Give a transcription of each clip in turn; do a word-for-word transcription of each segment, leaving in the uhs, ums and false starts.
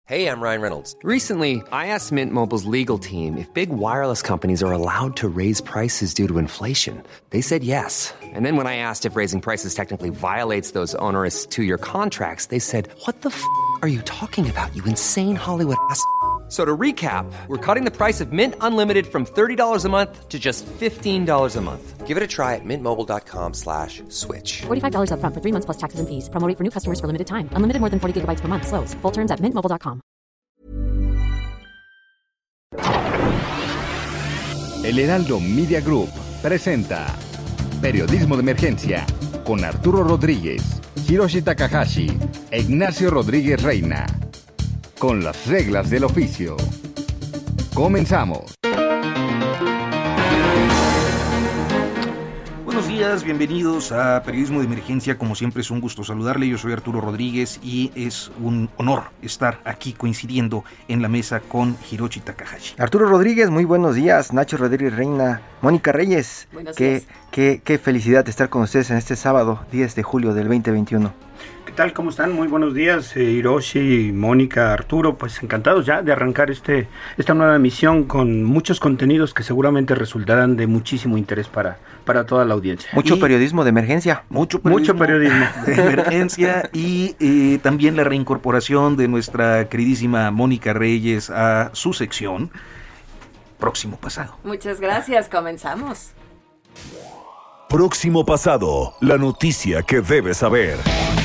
Hey, I'm Ryan Reynolds. Recently, I asked Mint Mobile's legal team if big wireless companies are allowed to raise prices due to inflation. They said yes. And then when I asked if raising prices technically violates those onerous two-year contracts, they said, what the f*** are you talking about, you insane Hollywood ass f- So to recap, we're cutting the price of Mint Unlimited from thirty dollars a month to just fifteen dollars a month. Give it a try at mintmobile.com slash switch. forty-five dollars up front for three months plus taxes and fees. Promo rate for new customers for limited time. Unlimited more than forty gigabytes per month. Slows full terms at mint mobile dot com. El Heraldo Media Group presenta Periodismo de Emergencia con Arturo Rodríguez, Hiroshi Takahashi e Ignacio Rodríguez Reina. Con las reglas del oficio. Comenzamos. Buenos días, bienvenidos a Periodismo de Emergencia. Como siempre es un gusto saludarle. Yo soy Arturo Rodríguez y es un honor estar aquí coincidiendo en la mesa con Hiroshi Takahashi. Arturo Rodríguez, muy buenos días. Nacho Rodríguez Reina, Mónica Reyes. Buenos qué, días. Qué, qué felicidad estar con ustedes en este sábado, diez de julio del veinte veintiuno. ¿Qué tal? ¿Cómo están? Muy buenos días, eh, Hiroshi, Mónica, Arturo. Pues encantados ya de arrancar este esta nueva emisión con muchos contenidos que seguramente resultarán de muchísimo interés para, para toda la audiencia. Mucho Y periodismo de emergencia. Mucho periodismo, Mucho periodismo. de emergencia y eh, también la reincorporación de nuestra queridísima Mónica Reyes a su sección Próximo Pasado. Muchas gracias, comenzamos. Próximo Pasado, la noticia que debes saber.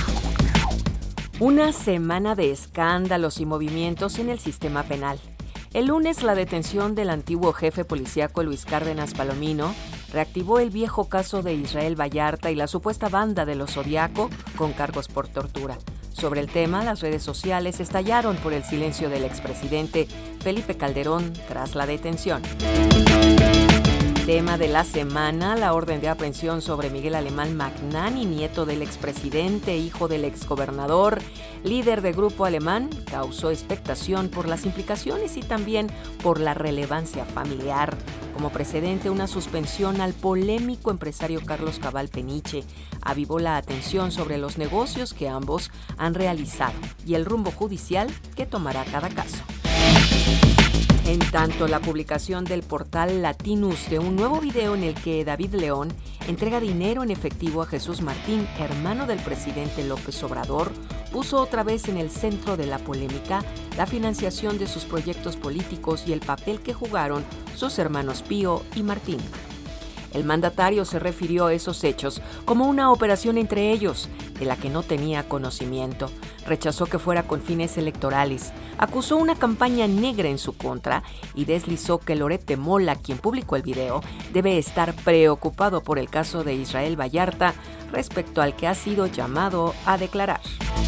Una semana de escándalos y movimientos en el sistema penal. El lunes, la detención del antiguo jefe policíaco Luis Cárdenas Palomino reactivó el viejo caso de Israel Vallarta y la supuesta banda de los Zodiaco con cargos por tortura. Sobre el tema, las redes sociales estallaron por el silencio del expresidente Felipe Calderón tras la detención. Tema de la semana, la orden de aprehensión sobre Miguel Alemán Magnani, nieto del expresidente, hijo del exgobernador, líder de Grupo Alemán, causó expectación por las implicaciones y también por la relevancia familiar. Como precedente, una suspensión al polémico empresario Carlos Cabal Peniche avivó la atención sobre los negocios que ambos han realizado y el rumbo judicial que tomará cada caso. En tanto, la publicación del portal Latinus de un nuevo video en el que David León entrega dinero en efectivo a Jesús Martín, hermano del presidente López Obrador, puso otra vez en el centro de la polémica la financiación de sus proyectos políticos y el papel que jugaron sus hermanos Pío y Martín. El mandatario se refirió a esos hechos como una operación entre ellos, de la que no tenía conocimiento. Rechazó que fuera con fines electorales, acusó una campaña negra en su contra y deslizó que Loret de Mola, quien publicó el video, debe estar preocupado por el caso de Israel Vallarta, respecto al que ha sido llamado a declarar.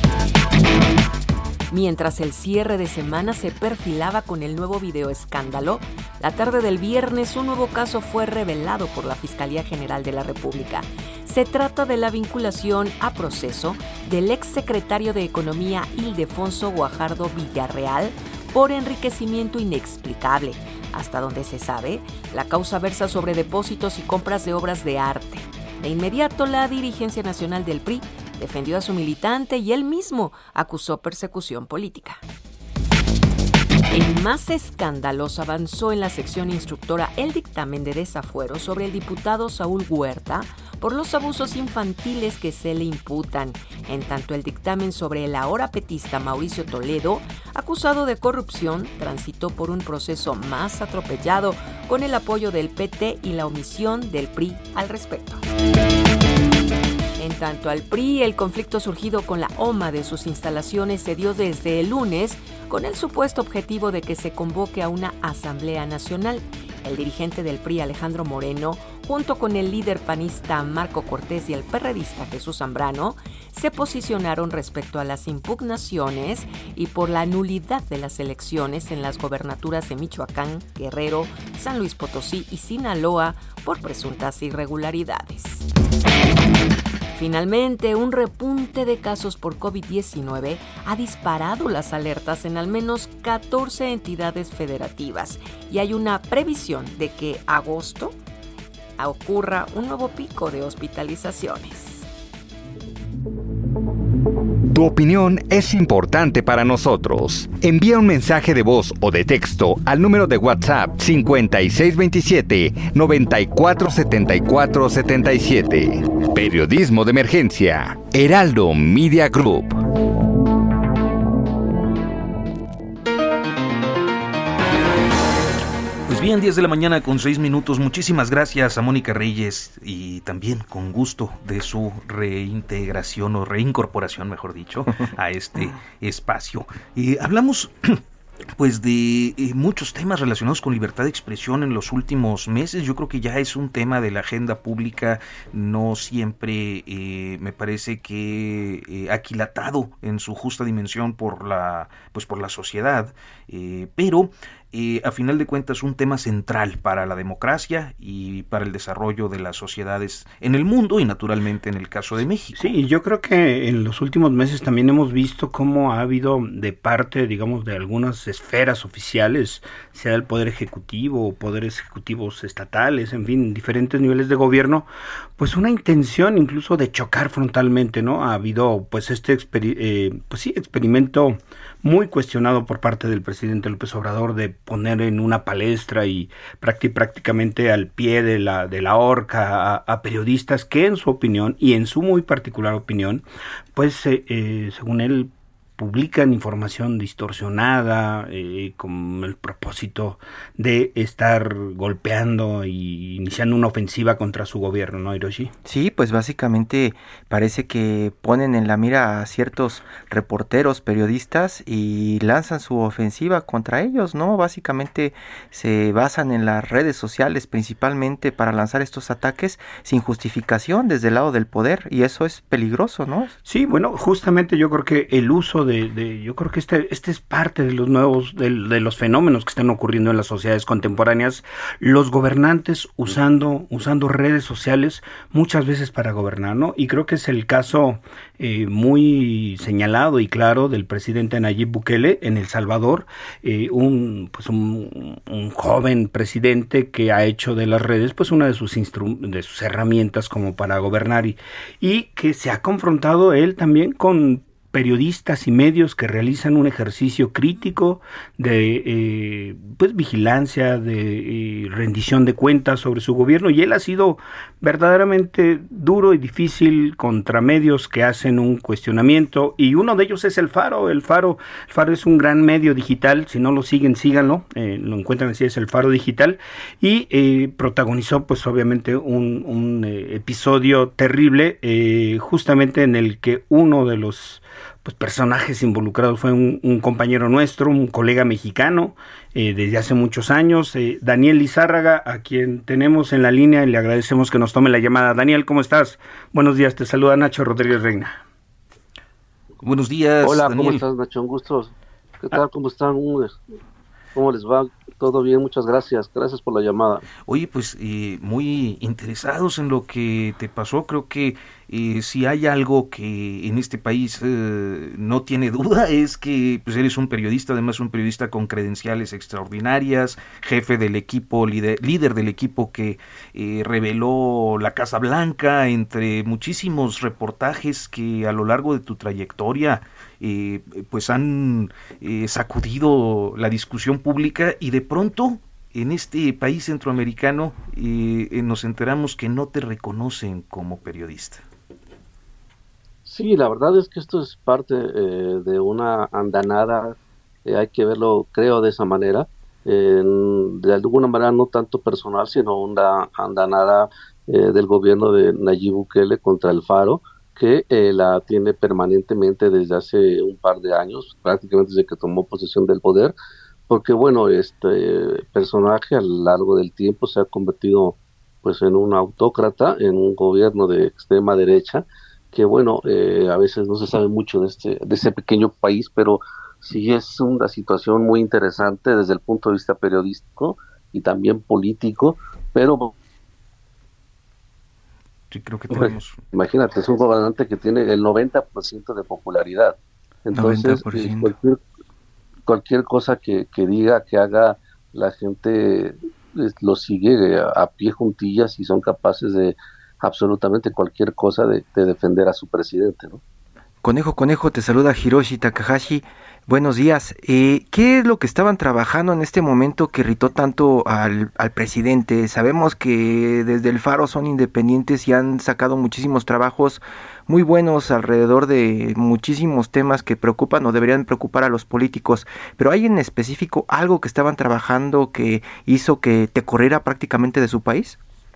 Mientras el cierre de semana se perfilaba con el nuevo video escándalo, la tarde del viernes un nuevo caso fue revelado por la Fiscalía General de la República. Se trata de la vinculación a proceso del exsecretario de Economía Ildefonso Guajardo Villarreal por enriquecimiento inexplicable. Hasta donde se sabe, la causa versa sobre depósitos y compras de obras de arte. De inmediato, la dirigencia nacional del P R I defendió a su militante y él mismo acusó persecución política. En más escándalos, avanzó en la sección instructora el dictamen de desafuero sobre el diputado Saúl Huerta por los abusos infantiles que se le imputan. En tanto, el dictamen sobre el ahora petista Mauricio Toledo, acusado de corrupción, transitó por un proceso más atropellado con el apoyo del P T y la omisión del P R I al respecto. En tanto al P R I, el conflicto surgido con la O M A de sus instalaciones se dio desde el lunes con el supuesto objetivo de que se convoque a una Asamblea Nacional. El dirigente del P R I, Alejandro Moreno, junto con el líder panista Marco Cortés y el perredista Jesús Zambrano, se posicionaron respecto a las impugnaciones y por la nulidad de las elecciones en las gobernaturas de Michoacán, Guerrero, San Luis Potosí y Sinaloa por presuntas irregularidades. Finalmente, un repunte de casos por covid diecinueve ha disparado las alertas en al menos catorce entidades federativas y hay una previsión de que agosto ocurra un nuevo pico de hospitalizaciones. Tu opinión es importante para nosotros. Envía un mensaje de voz o de texto al número de WhatsApp cincuenta y seis veintisiete, noventa y cuatro setenta y cuatro setenta y siete. Periodismo de emergencia. Heraldo Media Group. Bien, diez de la mañana con seis minutos. Muchísimas gracias a Mónica Reyes y también con gusto de su reintegración o reincorporación, mejor dicho, a este espacio. Eh, hablamos pues de eh, muchos temas relacionados con libertad de expresión en los últimos meses. Yo creo que ya es un tema de la agenda pública, no siempre eh, me parece que eh, aquilatado en su justa dimensión por la pues por la sociedad, eh, pero Eh, a final de cuentas un tema central para la democracia y para el desarrollo de las sociedades en el mundo y naturalmente en el caso de México. Sí, yo creo que en los últimos meses también hemos visto cómo ha habido de parte, digamos, de algunas esferas oficiales, sea el Poder Ejecutivo o poderes ejecutivos estatales, en fin, diferentes niveles de gobierno, pues una intención incluso de chocar frontalmente, ¿no? Ha habido pues este experi- eh, pues sí, experimento muy cuestionado por parte del presidente López Obrador de poner en una palestra y prácti- prácticamente al pie de la, de la horca a, a periodistas que en su opinión y en su muy particular opinión, pues eh, eh, según él publican información distorsionada eh, con el propósito de estar golpeando y iniciando una ofensiva contra su gobierno, ¿no, Hiroshi? Sí, pues básicamente parece que ponen en la mira a ciertos reporteros, periodistas y lanzan su ofensiva contra ellos, ¿no? Básicamente se basan en las redes sociales principalmente para lanzar estos ataques sin justificación desde el lado del poder y eso es peligroso, ¿no? Sí, bueno, justamente yo creo que el uso de De, de, yo creo que este, este es parte de los nuevos, de, de los fenómenos que están ocurriendo en las sociedades contemporáneas, los gobernantes usando, usando redes sociales muchas veces para gobernar, ¿no? Y creo que es el caso eh, muy señalado y claro del presidente Nayib Bukele en El Salvador, eh, un, pues un, un joven presidente que ha hecho de las redes pues una de sus, instru- de sus herramientas como para gobernar y, y que se ha confrontado él también con periodistas y medios que realizan un ejercicio crítico de eh, pues vigilancia, de eh, rendición de cuentas sobre su gobierno, y él ha sido verdaderamente duro y difícil contra medios que hacen un cuestionamiento, y uno de ellos es El Faro. El Faro, el Faro es un gran medio digital, si no lo siguen, síganlo, eh, lo encuentran así, es El Faro Digital, y eh, protagonizó pues obviamente un, un eh, episodio terrible, eh, justamente en el que uno de los pues personajes involucrados fue un, un compañero nuestro, un colega mexicano eh, desde hace muchos años, eh, Daniel Lizárraga, a quien tenemos en la línea y le agradecemos que nos tome la llamada. Daniel, ¿cómo estás? Buenos días, te saluda Nacho Rodríguez Reina. Buenos días, Hola, Daniel. ¿cómo estás, Nacho? Un gusto. ¿Qué tal? ¿Cómo están? ¿Cómo les va? Todo bien, muchas gracias. Gracias por la llamada. Oye, pues eh, muy interesados en lo que te pasó. Creo que eh, si hay algo que en este país eh, no tiene duda es que pues eres un periodista, además un periodista con credenciales extraordinarias, jefe del equipo, líder, líder del equipo que eh, reveló la Casa Blanca, entre muchísimos reportajes que a lo largo de tu trayectoria eh, pues han eh, sacudido la discusión pública, y de pronto en este país centroamericano eh, eh, nos enteramos que no te reconocen como periodista. Sí, la verdad es que esto es parte eh, de una andanada, eh, hay que verlo, creo, de esa manera, eh, de alguna manera no tanto personal, sino una andanada eh, del gobierno de Nayib Bukele contra El Faro, que eh, la tiene permanentemente desde hace un par de años, prácticamente desde que tomó posesión del poder, porque bueno, este personaje a lo largo del tiempo se ha convertido pues en un autócrata, en un gobierno de extrema derecha, que bueno, eh, a veces no se sabe mucho de este de ese pequeño país, pero sí es una situación muy interesante desde el punto de vista periodístico y también político, pero sí, creo que tenemos... Imagínate, es un gobernante que tiene el noventa por ciento de popularidad, entonces noventa por ciento. Eh, cualquier cualquier cosa que, que diga, que haga, la gente eh, lo sigue a, a pie juntillas y son capaces de absolutamente cualquier cosa de, de defender a su presidente, ¿no? Conejo, Conejo, te saluda Hiroshi Takahashi. Buenos días. Eh, ¿Qué es lo que estaban trabajando en este momento que irritó tanto al, al presidente? Sabemos que desde el Faro son independientes y han sacado muchísimos trabajos muy buenos alrededor de muchísimos temas que preocupan o deberían preocupar a los políticos. Pero ¿hay en específico algo que estaban trabajando que hizo que te corriera prácticamente de su país?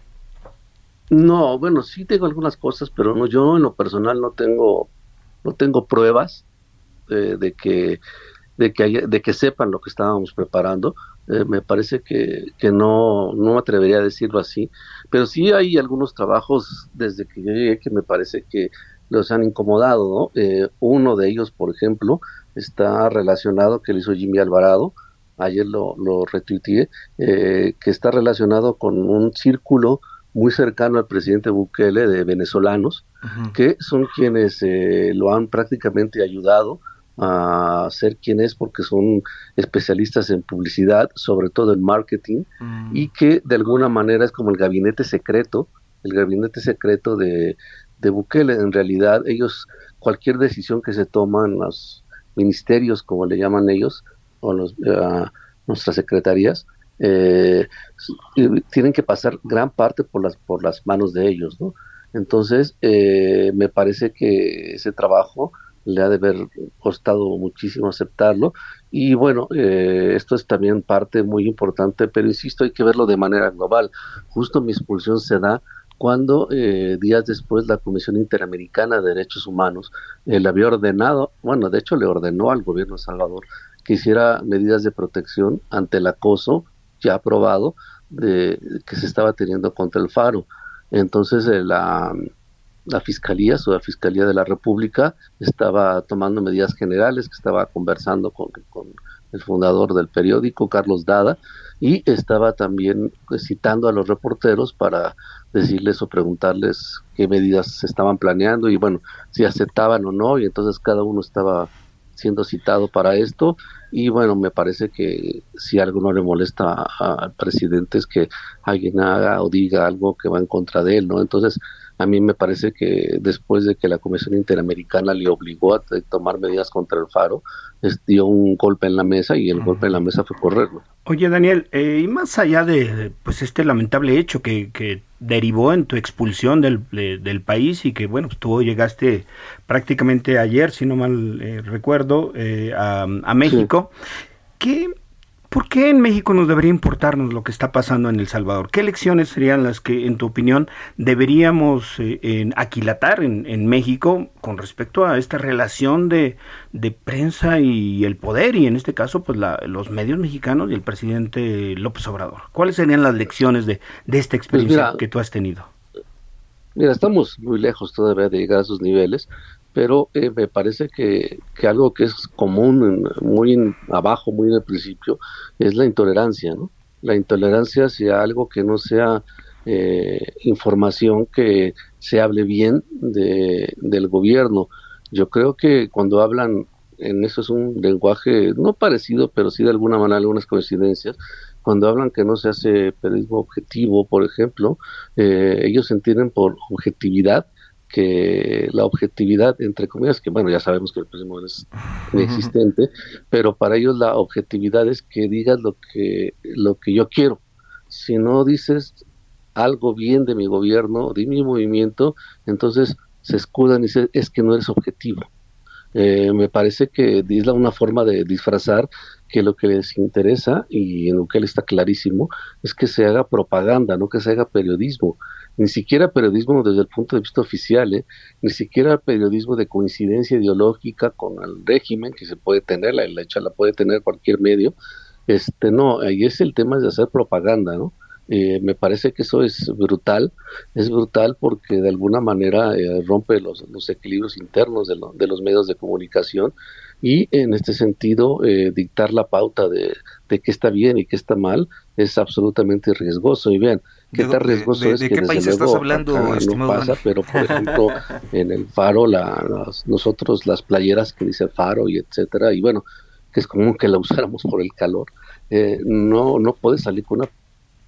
No, bueno, sí tengo algunas cosas, pero no, yo en lo personal no tengo, no tengo pruebas de, de que de que haya, de que sepan lo que estábamos preparando. Eh, me parece que, que no, no me atrevería a decirlo así, pero sí hay algunos trabajos desde que yo llegué que me parece que los han incomodado, ¿no? Eh, uno de ellos, por ejemplo, está relacionado, que lo hizo Jimmy Alvarado, ayer lo, lo retuiteé, eh, que está relacionado con un círculo muy cercano al presidente Bukele de venezolanos, uh-huh. que son quienes eh, lo han prácticamente ayudado a ser quien es, porque son especialistas en publicidad, sobre todo en marketing, uh-huh. y que de alguna manera es como el gabinete secreto, el gabinete secreto de, de Bukele. En realidad ellos, cualquier decisión que se toma en los ministerios, como le llaman ellos, o los, uh, nuestras secretarías, Eh, tienen que pasar gran parte por las por las manos de ellos, ¿no? Entonces eh, me parece que ese trabajo le ha de haber costado muchísimo aceptarlo, y bueno, eh, esto es también parte muy importante, pero insisto, hay que verlo de manera global. Justo mi expulsión se da cuando eh, días después la Comisión Interamericana de Derechos Humanos eh, le había ordenado, bueno, de hecho le ordenó al gobierno de Salvador que hiciera medidas de protección ante el acoso ya aprobado de que se estaba teniendo contra el Faro. Entonces eh, la, la Fiscalía, o la Fiscalía de la República, estaba tomando medidas generales, que estaba conversando con, con el fundador del periódico, Carlos Dada, y estaba también pues, citando a los reporteros para decirles o preguntarles qué medidas se estaban planeando y bueno, si aceptaban o no, y entonces cada uno estaba siendo citado para esto. Y bueno, me parece que si algo no le molesta al presidente es que alguien haga o diga algo que va en contra de él, ¿no? Entonces, a mí me parece que después de que la Comisión Interamericana le obligó a tomar medidas contra el Faro, es, dio un golpe en la mesa y el uh-huh. golpe en la mesa fue correrlo. Oye, Daniel, eh, y más allá de pues este lamentable hecho que, que derivó en tu expulsión del, de, del país y que, bueno, pues tú llegaste prácticamente ayer, si no mal eh, recuerdo, eh, a, a México, sí. ¿Qué, ¿por qué en México nos debería importarnos lo que está pasando en El Salvador? ¿Qué lecciones serían las que, en tu opinión, deberíamos eh, en, aquilatar en, en México con respecto a esta relación de, de prensa y el poder, y en este caso, pues la, los medios mexicanos y el presidente López Obrador? ¿Cuáles serían las lecciones de, de esta experiencia pues mira, que tú has tenido? Mira, estamos muy lejos todavía de llegar a esos niveles, pero eh, me parece que, que algo que es común, muy en, abajo, muy en el principio, es la intolerancia, ¿no? La intolerancia hacia algo que no sea eh, información que se hable bien de, del gobierno. Yo creo que cuando hablan, en eso es un lenguaje no parecido, pero sí de alguna manera algunas coincidencias, cuando hablan que no se hace periodismo objetivo, por ejemplo, eh, ellos entienden por objetividad que la objetividad, entre comillas, que bueno, ya sabemos que el periodismo es inexistente, pero para ellos la objetividad es que digas lo que, lo que yo quiero. Si no dices algo bien de mi gobierno, de mi movimiento, entonces se escudan y dicen, es que no eres objetivo. Eh, me parece que es una forma de disfrazar que lo que les interesa, y en lo que él está clarísimo, es que se haga propaganda, no que se haga periodismo. Ni siquiera periodismo desde el punto de vista oficial, ¿eh? Ni siquiera periodismo de coincidencia ideológica con el régimen, que se puede tener, la, la hecha la puede tener cualquier medio. Este, no, ahí es el tema de hacer propaganda, ¿no? Eh, me parece que eso es brutal, es brutal porque de alguna manera eh, rompe los, los equilibrios internos de, lo, de los medios de comunicación, y en este sentido eh, dictar la pauta de, de qué está bien y qué está mal es absolutamente riesgoso. Y vean, qué tan riesgoso de, de, es de que desde luego estás hablando, no pasa, Dan? Pero por ejemplo en el Faro, la, las, nosotros las playeras que dice Faro y etcétera, y bueno, que es común que la usáramos por el calor, eh, no, no puede salir con una.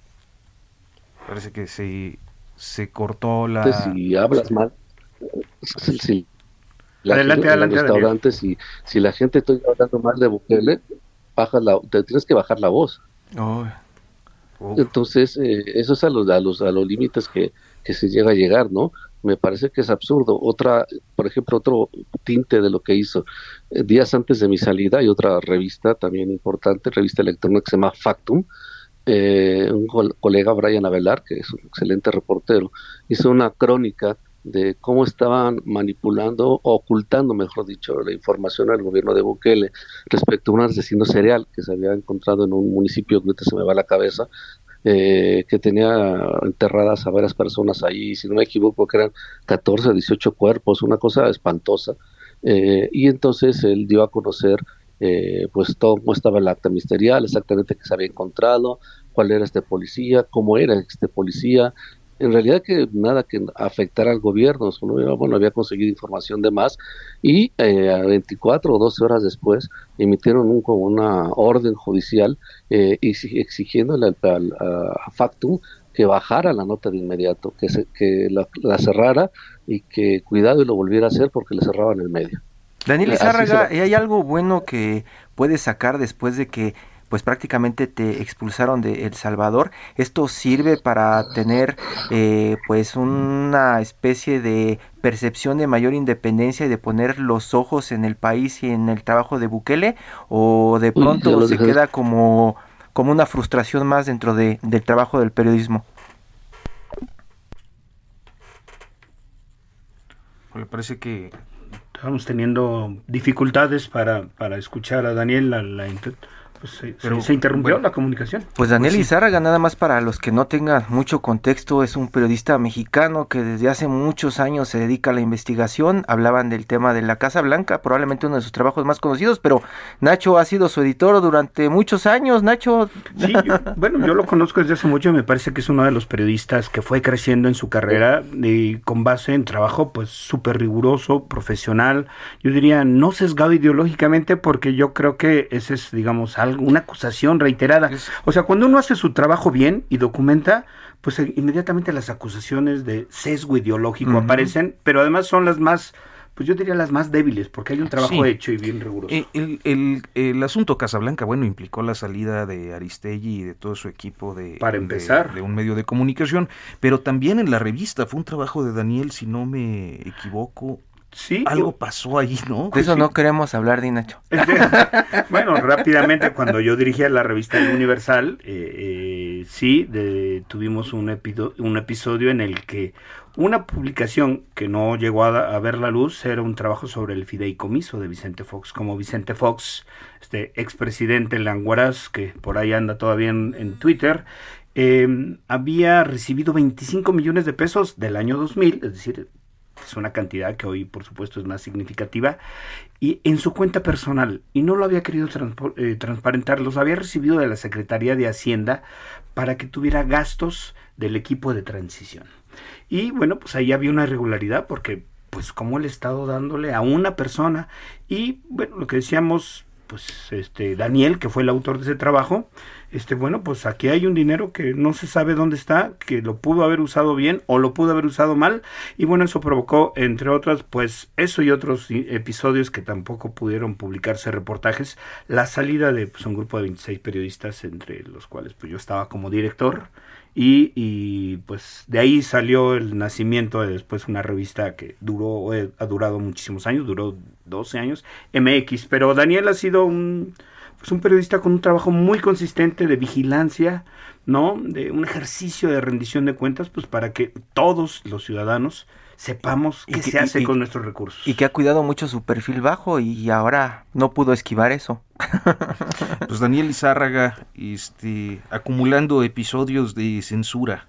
Parece que se, se cortó la... Entonces, si hablas mal, sí. Adelante, en adelante, los restaurantes, Daniel. y si la gente está hablando mal de Bukele, baja la, te tienes que bajar la voz. Oh. Oh. Entonces, eh, eso es a los, a los, a los límites que, que se llega a llegar, ¿no? Me parece que es absurdo. Otra, por ejemplo, otro tinte de lo que hizo. Eh, días antes de mi salida, hay otra revista también importante, revista electrónica que se llama Factum. Eh, un col- colega, Brian Avelar, que es un excelente reportero, hizo una crónica de cómo estaban manipulando, o ocultando, mejor dicho, la información al gobierno de Bukele respecto a un asesino serial que se había encontrado en un municipio que ahorita se me va a la cabeza, eh, que tenía enterradas a varias personas ahí, si no me equivoco, que eran catorce, dieciocho cuerpos, una cosa espantosa. Eh, y entonces él dio a conocer eh, pues todo cómo estaba el acta ministerial, exactamente qué se había encontrado, cuál era este policía, cómo era este policía. En realidad que nada que afectara al gobierno, solo, bueno, había conseguido información de más, y eh, a veinticuatro o doce horas después emitieron un, como una orden judicial eh, exigiéndole al, al, a Factum que bajara la nota de inmediato, que, se, que la, la cerrara y que cuidado y lo volviera a hacer porque le cerraban el medio. Daniel Izárraga, ¿hay algo bueno que puedes sacar después de que pues prácticamente te expulsaron de El Salvador? ¿Esto sirve para tener eh, pues una especie de percepción de mayor independencia y de poner los ojos en el país y en el trabajo de Bukele? ¿O de pronto Uy, se dejé. queda como, como una frustración más dentro de, del trabajo del periodismo? Me parece que estamos teniendo dificultades para, para escuchar a Daniel, la, la pues se, Pero, se interrumpió bueno, la comunicación. Pues Daniel pues sí. Izárraga, nada más para los que no tengan mucho contexto, es un periodista mexicano que desde hace muchos años se dedica a la investigación. Hablaban del tema de la Casa Blanca, probablemente uno de sus trabajos más conocidos, pero Nacho ha sido su editor durante muchos años. Nacho. Sí, yo, bueno, yo lo conozco desde hace mucho, me parece que es uno de los periodistas que fue creciendo en su carrera y con base en trabajo pues súper riguroso, profesional, yo diría no sesgado ideológicamente, porque yo creo que ese es, digamos, algo, una acusación reiterada. O sea, cuando uno hace su trabajo bien y documenta, pues inmediatamente las acusaciones de sesgo ideológico uh-huh. aparecen, pero además son las más, pues yo diría las más débiles, porque hay un trabajo sí. hecho y bien riguroso. El, el, el, el asunto Casablanca, bueno, implicó la salida de Aristegui y de todo su equipo de, Para empezar. de, de un medio de comunicación, pero también en la revista fue un trabajo de Daniel, si no me equivoco. Sí, algo pasó ahí, ¿no? De eso sí. no queremos hablar, Di Nacho. Bueno, rápidamente, cuando yo dirigía la revista Universal, eh, eh, sí, de, tuvimos un, epido, un episodio en el que una publicación que no llegó a, a ver la luz era un trabajo sobre el fideicomiso de Vicente Fox. Como Vicente Fox, este expresidente Languaraz, que por ahí anda todavía en, en Twitter, eh, había recibido veinticinco millones de pesos del año dos mil, es decir, es una cantidad que hoy por supuesto es más significativa, y en su cuenta personal, y no lo había querido transpo- eh, transparentar, los había recibido de la Secretaría de Hacienda para que tuviera gastos del equipo de transición. Y bueno, pues ahí había una irregularidad, porque pues como el Estado dándole a una persona, y bueno, lo que decíamos, pues este Daniel, que fue el autor de ese trabajo, este bueno, pues aquí hay un dinero que no se sabe dónde está, que lo pudo haber usado bien o lo pudo haber usado mal, y bueno, eso provocó, entre otras, pues eso y otros episodios que tampoco pudieron publicarse reportajes, la salida de pues, un grupo de veintiséis periodistas, entre los cuales pues yo estaba como director, y, y pues de ahí salió el nacimiento de después una revista que duró, eh, ha durado muchísimos años, duró doce años, M X, pero Daniel ha sido un, pues un periodista con un trabajo muy consistente de vigilancia, ¿no? De un ejercicio de rendición de cuentas, pues para que todos los ciudadanos sepamos qué se hace y, con nuestros recursos. Y que ha cuidado mucho su perfil bajo y ahora no pudo esquivar eso. Pues Daniel Izárraga, este, acumulando episodios de censura.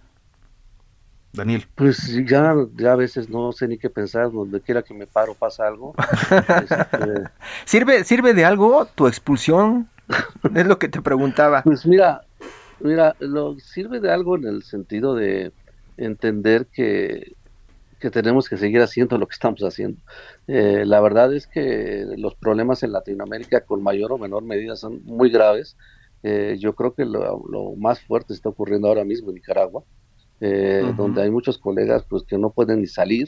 Daniel. Pues ya, ya a veces no sé ni qué pensar, donde quiera que me paro pasa algo. este... ¿Sirve, ¿Sirve de algo tu expulsión? Es lo que te preguntaba. Pues mira, mira, lo sirve de algo en el sentido de entender que que tenemos que seguir haciendo lo que estamos haciendo. Eh, la verdad es que los problemas en Latinoamérica con mayor o menor medida son muy graves. Eh, yo creo que lo, lo más fuerte está ocurriendo ahora mismo en Nicaragua, eh, uh-huh. donde hay muchos colegas pues que no pueden ni salir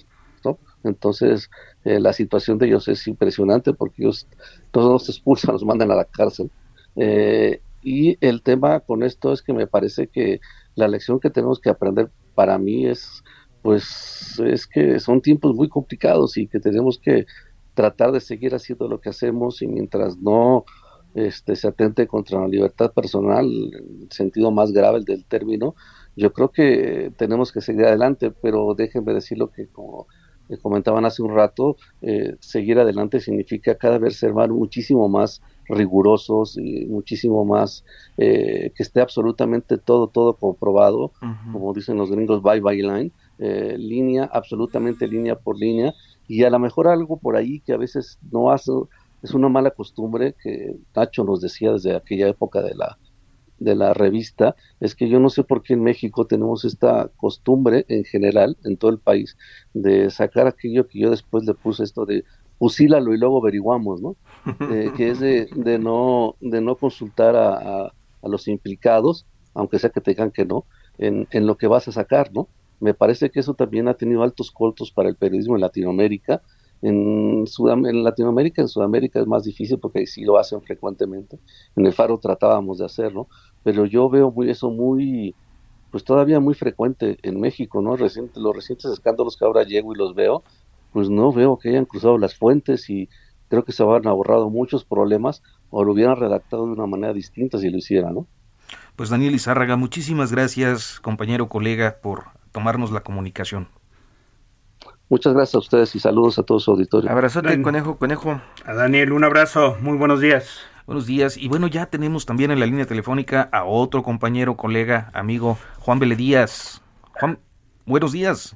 ¿no? Entonces, eh, la situación de ellos es impresionante porque ellos todos nos expulsan, nos mandan a la cárcel. Eh, y el tema con esto es que me parece que la lección que tenemos que aprender para mí es, pues, es que son tiempos muy complicados y que tenemos que tratar de seguir haciendo lo que hacemos y mientras no este, se atente contra la libertad personal, en el sentido más grave del término, yo creo que tenemos que seguir adelante, pero déjenme decir lo que como comentaban hace un rato, eh, seguir adelante significa cada vez ser más, muchísimo más rigurosos y muchísimo más, eh, que esté absolutamente todo, todo comprobado, uh-huh. como dicen los gringos, by by line, eh, línea, absolutamente línea por línea, y a lo mejor algo por ahí que a veces no hace, es una mala costumbre que Nacho nos decía desde aquella época de la de la revista, es que yo no sé por qué en México tenemos esta costumbre en general, en todo el país, de sacar aquello que yo después le puse esto de fusílalo y luego averiguamos, ¿no? Eh, que es de, de no de no consultar a, a, a los implicados, aunque sea que te digan que no, en, en lo que vas a sacar, ¿no? Me parece que eso también ha tenido altos costos para el periodismo en Latinoamérica. En, Sudam- en Latinoamérica, en Sudamérica es más difícil porque ahí sí lo hacen frecuentemente. En el Faro tratábamos de hacerlo, pero yo veo muy eso muy, pues todavía muy frecuente en México, ¿no? Reciente, los recientes escándalos que ahora llego y los veo, pues no veo que hayan cruzado las fuentes y creo que se habrán ahorrado muchos problemas o lo hubieran redactado de una manera distinta si lo hicieran, ¿no? Pues Daniel Izárraga, muchísimas gracias, compañero, colega, por tomarnos la comunicación. Muchas gracias a ustedes y saludos a todo su auditorio. Abrazote, Dan- conejo, conejo. A Daniel, un abrazo, muy buenos días. Buenos días. Y bueno, ya tenemos también en la línea telefónica a otro compañero, colega, amigo, Juan Vélez Díaz. Juan, buenos días.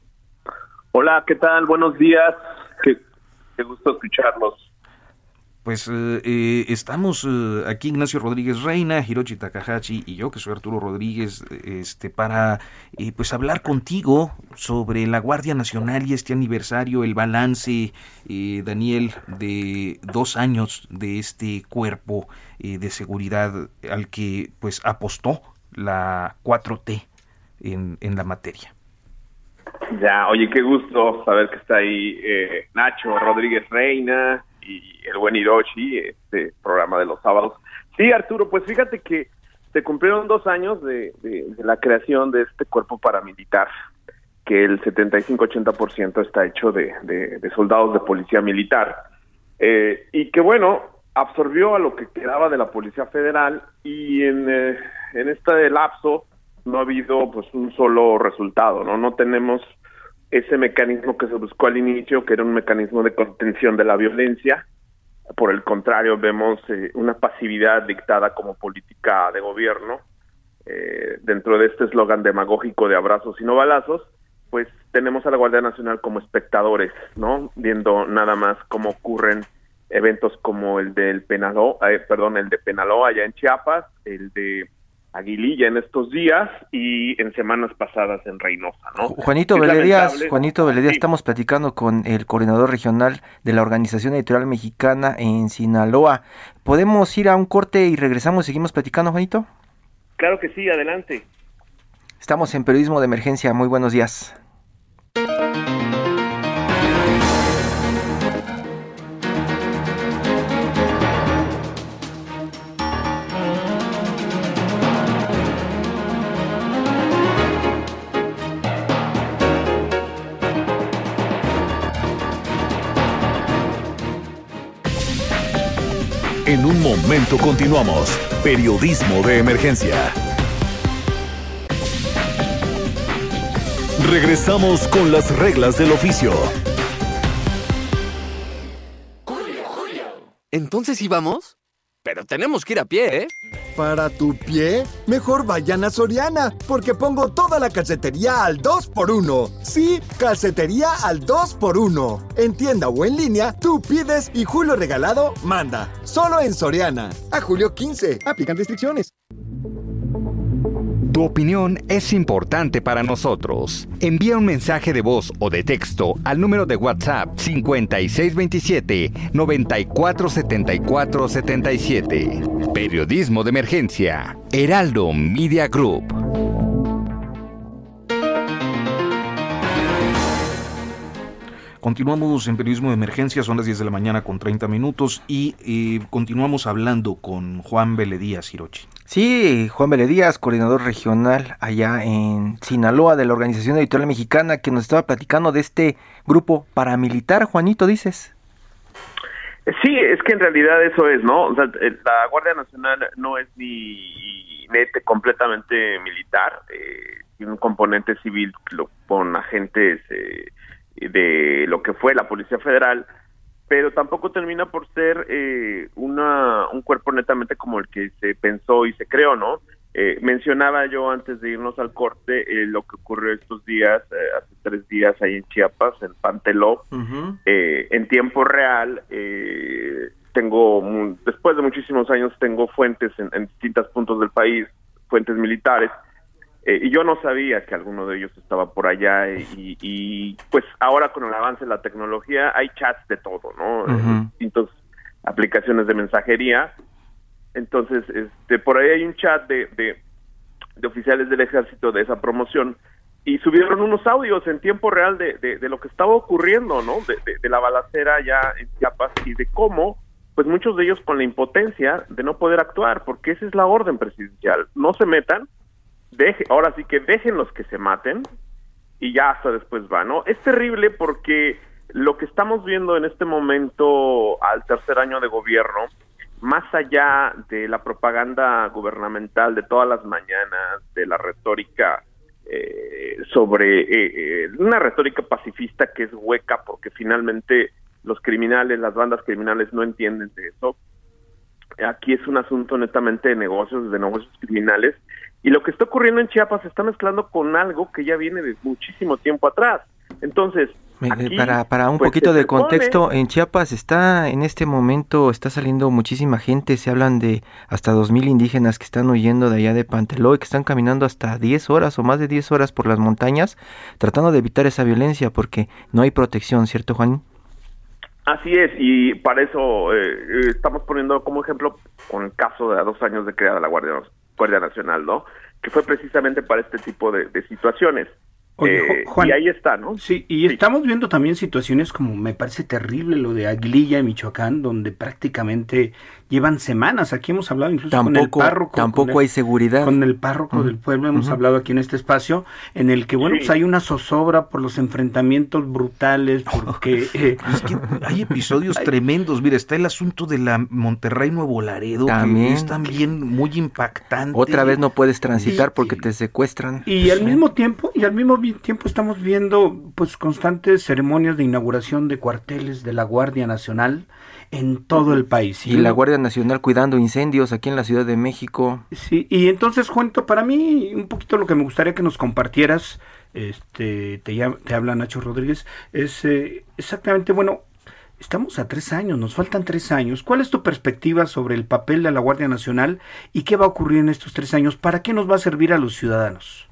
Hola, ¿qué tal? Buenos días. Qué, qué gusto escucharlos. Pues eh, eh, estamos eh, aquí Ignacio Rodríguez Reina, Hiroshi Takahashi y yo, que soy Arturo Rodríguez, este para eh, pues hablar contigo sobre la Guardia Nacional y este aniversario, el balance, eh, Daniel, de dos años de este cuerpo eh, de seguridad al que pues apostó la cuatro T en, en la materia. Ya, oye, qué gusto saber que está ahí eh, Nacho Rodríguez Reina y el buen Hiroshi, este programa de los sábados. Sí, Arturo, pues fíjate que se cumplieron dos años de, de, de la creación de este cuerpo paramilitar, que el setenta y cinco a ochenta por ciento está hecho de, de, de soldados de policía militar, eh, y que bueno, absorbió a lo que quedaba de la Policía Federal, y en, eh, en este lapso no ha habido pues un solo resultado, ¿no? No tenemos ese mecanismo que se buscó al inicio, que era un mecanismo de contención de la violencia. Por el contrario, vemos eh, una pasividad dictada como política de gobierno. Eh, dentro de este eslogan demagógico de abrazos y no balazos, pues tenemos a la Guardia Nacional como espectadores, ¿no? Viendo nada más cómo ocurren eventos como el del Penaloa, eh, perdón, el de Penaloa allá en Chiapas, el de Aguililla en estos días y en semanas pasadas en Reynosa, ¿no? Juanito Vélez Díaz, Juanito Vélez Díaz, sí. Estamos platicando con el coordinador regional de la Organización Editorial Mexicana en Sinaloa. ¿Podemos ir a un corte y regresamos y seguimos platicando, Juanito? Claro que sí, adelante. Estamos en Periodismo de Emergencia, muy buenos días. En un momento continuamos. Periodismo de Emergencia. Regresamos con las reglas del oficio. Julio, Julio. Entonces sí vamos, pero tenemos que ir a pie, ¿eh? Para tu pie, mejor vayan a Soriana, porque pongo toda la calcetería al dos por uno. Sí, calcetería al dos por uno. En tienda o en línea, tú pides y Julio Regalado manda. Solo en Soriana. A julio quince. Aplican restricciones. Tu opinión es importante para nosotros. Envía un mensaje de voz o de texto al número de WhatsApp cincuenta y seis veintisiete, noventa y cuatro setenta y cuatro setenta y siete. Periodismo de Emergencia. Heraldo Media Group. Continuamos en Periodismo de Emergencia, son las diez de la mañana con treinta minutos y eh, continuamos hablando con Juan Beledías, Hirochi. Sí, Juan Beledías, coordinador regional allá en Sinaloa de la Organización Editorial Mexicana, que nos estaba platicando de este grupo paramilitar. Juanito, dices. Sí, es que en realidad eso es, ¿no? O sea, la Guardia Nacional no es ni nete completamente militar, eh, tiene un componente civil con agentes eh, de lo que fue la Policía Federal, pero tampoco termina por ser eh, una un cuerpo netamente como el que se pensó y se creó, ¿no? Eh, mencionaba yo antes de irnos al corte eh, lo que ocurrió estos días, eh, hace tres días ahí en Chiapas, en Panteló, uh-huh. eh, en tiempo real. Eh, tengo, después de muchísimos años, tengo fuentes en, en distintos puntos del país, fuentes militares, eh, y yo no sabía que alguno de ellos estaba por allá, y, y pues ahora con el avance de la tecnología hay chats de todo, ¿no? Uh-huh. Distintas aplicaciones de mensajería. Entonces, este, por ahí hay un chat de, de, de oficiales del ejército de esa promoción y subieron unos audios en tiempo real de, de, de lo que estaba ocurriendo, ¿no? De, de, de la balacera ya en Chiapas y de cómo, pues muchos de ellos con la impotencia de no poder actuar, porque esa es la orden presidencial. No se metan, deje, ahora sí que dejen los que se maten y ya hasta después va, ¿no? Es terrible porque lo que estamos viendo en este momento al tercer año de gobierno, más allá de la propaganda gubernamental de todas las mañanas, de la retórica eh, sobre eh, eh, una retórica pacifista que es hueca porque finalmente los criminales, las bandas criminales no entienden de eso. Aquí es un asunto netamente de negocios, de negocios criminales, y lo que está ocurriendo en Chiapas se está mezclando con algo que ya viene de muchísimo tiempo atrás. Entonces, aquí, para para un pues, poquito de supone... contexto, en Chiapas está en este momento está saliendo muchísima gente, se hablan de hasta dos mil indígenas que están huyendo de allá de Panteló y que están caminando hasta diez horas o más de diez horas por las montañas tratando de evitar esa violencia porque no hay protección, ¿cierto, Juan? Así es, y para eso eh, estamos poniendo como ejemplo con el caso de a dos años de creada la Guardia, Guardia Nacional, ¿no? Que fue precisamente para este tipo de, de situaciones. Oye, eh, Juan, y ahí está, ¿no? Sí, y sí. Estamos viendo también situaciones como me parece terrible lo de Aguililla, Michoacán, donde prácticamente llevan semanas. Aquí hemos hablado incluso tampoco, con el párroco. Tampoco el, hay seguridad. Con el párroco uh-huh. del pueblo hemos uh-huh. hablado aquí en este espacio, en el que, bueno, sí. pues hay una zozobra por los enfrentamientos brutales, porque... Eh, es que hay episodios hay, tremendos. Mira, está el asunto de la Monterrey Nuevo Laredo, también, que es también muy impactante. Otra vez no puedes transitar y, porque te secuestran. Y al mismo tiempo, y al mismo tiempo estamos viendo pues constantes ceremonias de inauguración de cuarteles de la Guardia Nacional en todo el país. Y, y la Guardia Nacional cuidando incendios aquí en la Ciudad de México. Sí, y entonces, Juanito, para mí un poquito lo que me gustaría que nos compartieras, este, te, te habla Nacho Rodríguez, es eh, exactamente, bueno, estamos a tres años, nos faltan tres años. ¿Cuál es tu perspectiva sobre el papel de la Guardia Nacional y qué va a ocurrir en estos tres años? ¿Para qué nos va a servir a los ciudadanos?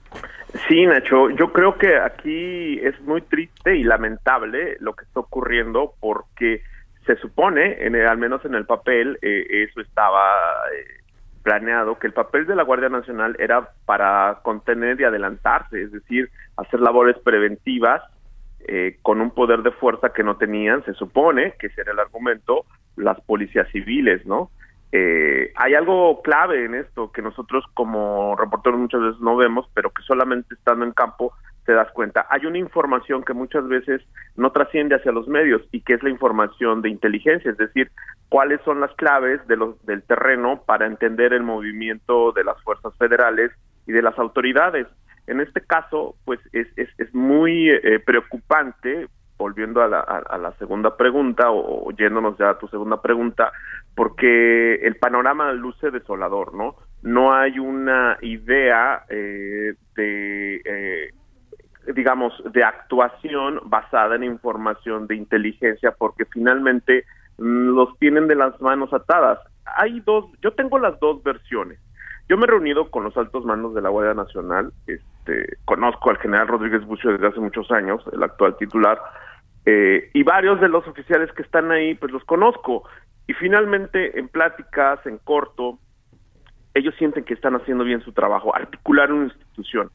Sí, Nacho, yo creo que aquí es muy triste y lamentable lo que está ocurriendo porque se supone, en el, al menos en el papel, eh, eso estaba eh, planeado, que el papel de la Guardia Nacional era para contener y adelantarse, es decir, hacer labores preventivas eh, con un poder de fuerza que no tenían, se supone, que ese era el argumento, las policías civiles, ¿no? Eh, hay algo clave en esto que nosotros como reporteros muchas veces no vemos, pero que solamente estando en campo te das cuenta. Hay una información que muchas veces no trasciende hacia los medios y que es la información de inteligencia, es decir, cuáles son las claves de los, del terreno para entender el movimiento de las fuerzas federales y de las autoridades. En este caso, pues es, es, es muy eh, preocupante, volviendo a la, a, a la segunda pregunta o, o yéndonos ya a tu segunda pregunta, porque el panorama luce desolador, ¿no? No hay una idea eh, de, eh, digamos, de actuación basada en información de inteligencia, porque finalmente mmm, los tienen de las manos atadas. Hay dos, yo tengo las dos versiones. Yo me he reunido con los altos mandos de la Guardia Nacional, este, conozco al general Rodríguez Bucio desde hace muchos años, el actual titular, eh, y varios de los oficiales que están ahí, pues los conozco. Y finalmente, en pláticas, en corto, ellos sienten que están haciendo bien su trabajo, articular una institución.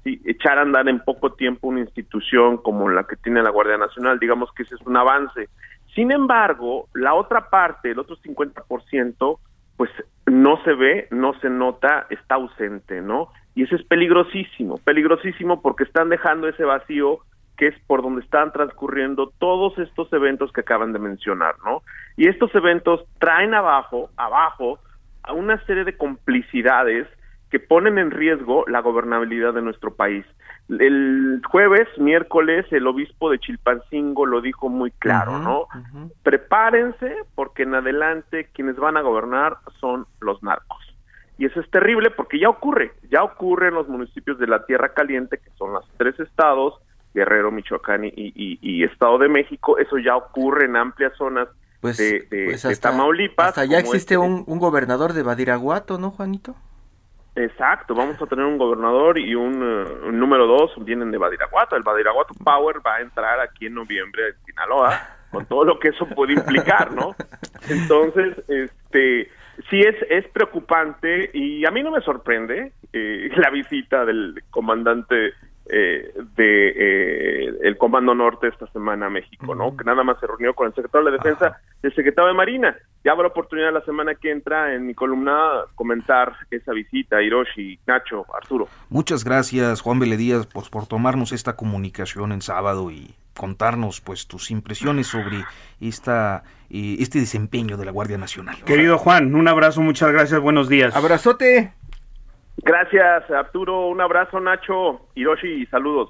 ¿sí? Echar a andar en poco tiempo una institución como la que tiene la Guardia Nacional, digamos que ese es un avance. Sin embargo, la otra parte, el otro cincuenta por ciento, pues no se ve, no se nota, está ausente, ¿no? Y eso es peligrosísimo, peligrosísimo porque están dejando ese vacío que es por donde están transcurriendo todos estos eventos que acaban de mencionar, ¿no? Y estos eventos traen abajo, abajo, a una serie de complicidades que ponen en riesgo la gobernabilidad de nuestro país. El jueves, miércoles, el obispo de Chilpancingo lo dijo muy claro, uh-huh, ¿no? Uh-huh. Prepárense porque en adelante quienes van a gobernar son los narcos. Y eso es terrible porque ya ocurre, ya ocurre en los municipios de la Tierra Caliente, que son los tres estados, Guerrero, Michoacán y, y, y Estado de México. Eso ya ocurre en amplias zonas pues, de, de, pues hasta, de Tamaulipas. Hasta ya existe este. un, un gobernador de Badiraguato, ¿no, Juanito? Exacto, vamos a tener un gobernador y un, uh, un número dos vienen de Badiraguato. El Badiraguato Power va a entrar aquí en noviembre en Sinaloa, con todo lo que eso puede implicar, ¿no? Entonces, este, sí es es preocupante y a mí no me sorprende eh, la visita del comandante eh, de eh, el Comando Norte esta semana a México, ¿no? Que nada más se reunió con el secretario de Defensa, Ajá. el secretario de Marina. Ya habrá oportunidad la semana que entra en mi columna comentar esa visita, Hiroshi, Nacho, Arturo. Muchas gracias, Juan Vélez Díaz, pues, por tomarnos esta comunicación en sábado y contarnos pues tus impresiones sobre esta eh, este desempeño de la Guardia Nacional. Querido Juan, un abrazo, muchas gracias, buenos días. Abrazote. Gracias, Arturo, un abrazo, Nacho, Hiroshi, saludos.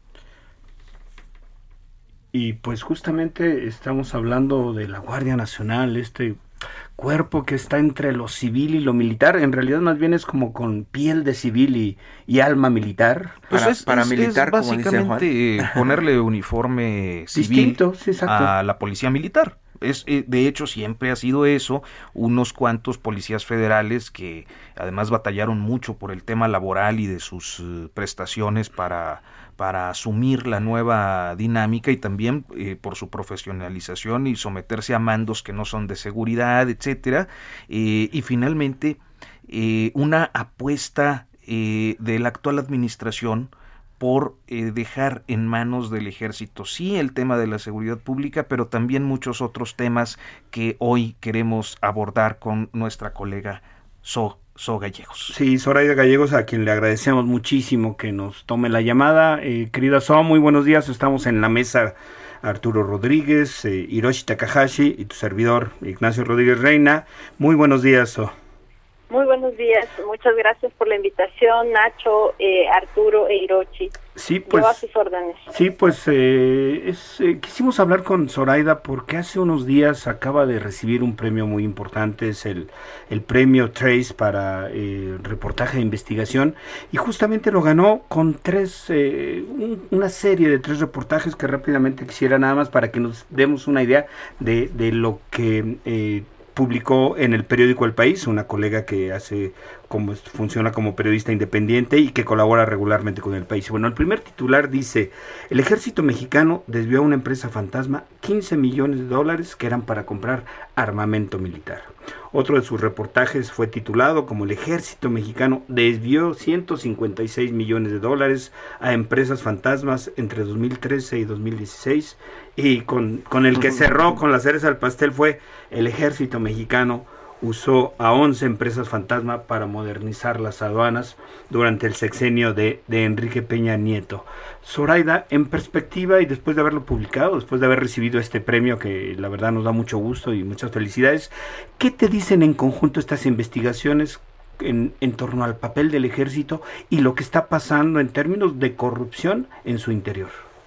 Y pues justamente estamos hablando de la Guardia Nacional, este cuerpo que está entre lo civil y lo militar, en realidad más bien es como con piel de civil y, y alma militar. Pues para, es, paramilitar, es básicamente como dice Juan. Ponerle uniforme civil Distinto, sí, a la policía militar. Es, de hecho, siempre ha sido eso. Unos cuantos policías federales que además batallaron mucho por el tema laboral y de sus uh, prestaciones para, para asumir la nueva dinámica y también eh, por su profesionalización y someterse a mandos que no son de seguridad, etcétera. Eh, y finalmente, eh, una apuesta eh, de la actual administración por eh, dejar en manos del ejército, sí, el tema de la seguridad pública, pero también muchos otros temas que hoy queremos abordar con nuestra colega So, So Gallegos. Sí, Zoraida Gallegos, a quien le agradecemos muchísimo que nos tome la llamada. Eh, querida So, muy buenos días, estamos en la mesa Arturo Rodríguez, eh, Hiroshi Takahashi y tu servidor Ignacio Rodríguez Reina. Muy buenos días, So. Muy buenos días, muchas gracias por la invitación, Nacho, eh, Arturo e Hiroshi. Sí, pues, Yo a sus órdenes. Sí, pues eh, es, eh, quisimos hablar con Zoraida porque hace unos días acaba de recibir un premio muy importante, es el, el premio Trace para eh, reportaje de investigación, y justamente lo ganó con tres, eh, un, una serie de tres reportajes que rápidamente quisiera nada más para que nos demos una idea de, de lo que Eh, publicó en el periódico El País, una colega que hace como funciona como periodista independiente y que colabora regularmente con El País. Bueno, el primer titular dice: el ejército mexicano desvió a una empresa fantasma quince millones de dólares que eran para comprar armamento militar. Otro de sus reportajes fue titulado como: el ejército mexicano desvió ciento cincuenta y seis millones de dólares a empresas fantasmas entre dos mil trece y dos mil dieciséis, y con, con el que cerró con la cereza al pastel fue: el ejército mexicano usó a once empresas fantasma para modernizar las aduanas durante el sexenio de, de Enrique Peña Nieto. Zoraida, en perspectiva y después de haberlo publicado, después de haber recibido este premio que la verdad nos da mucho gusto y muchas felicidades, ¿qué te dicen en conjunto estas investigaciones en, en torno al papel del ejército y lo que está pasando en términos de corrupción en su interior?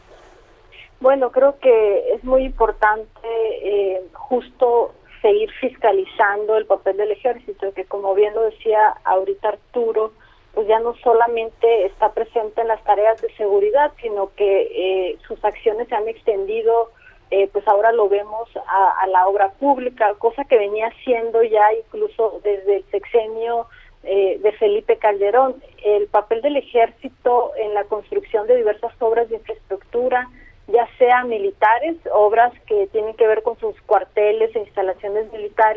Bueno, creo que es muy importante eh, justo seguir fiscalizando el papel del ejército, que como bien lo decía ahorita Arturo, pues ya no solamente está presente en las tareas de seguridad, sino que eh, sus acciones se han extendido, eh, pues ahora lo vemos a, a la obra pública, cosa que venía haciendo ya incluso desde el sexenio eh, de Felipe Calderón. El papel del ejército en la construcción de diversas obras de infraestructura, ya sea militares, obras que tienen que ver con sus cuarteles e instalaciones militares,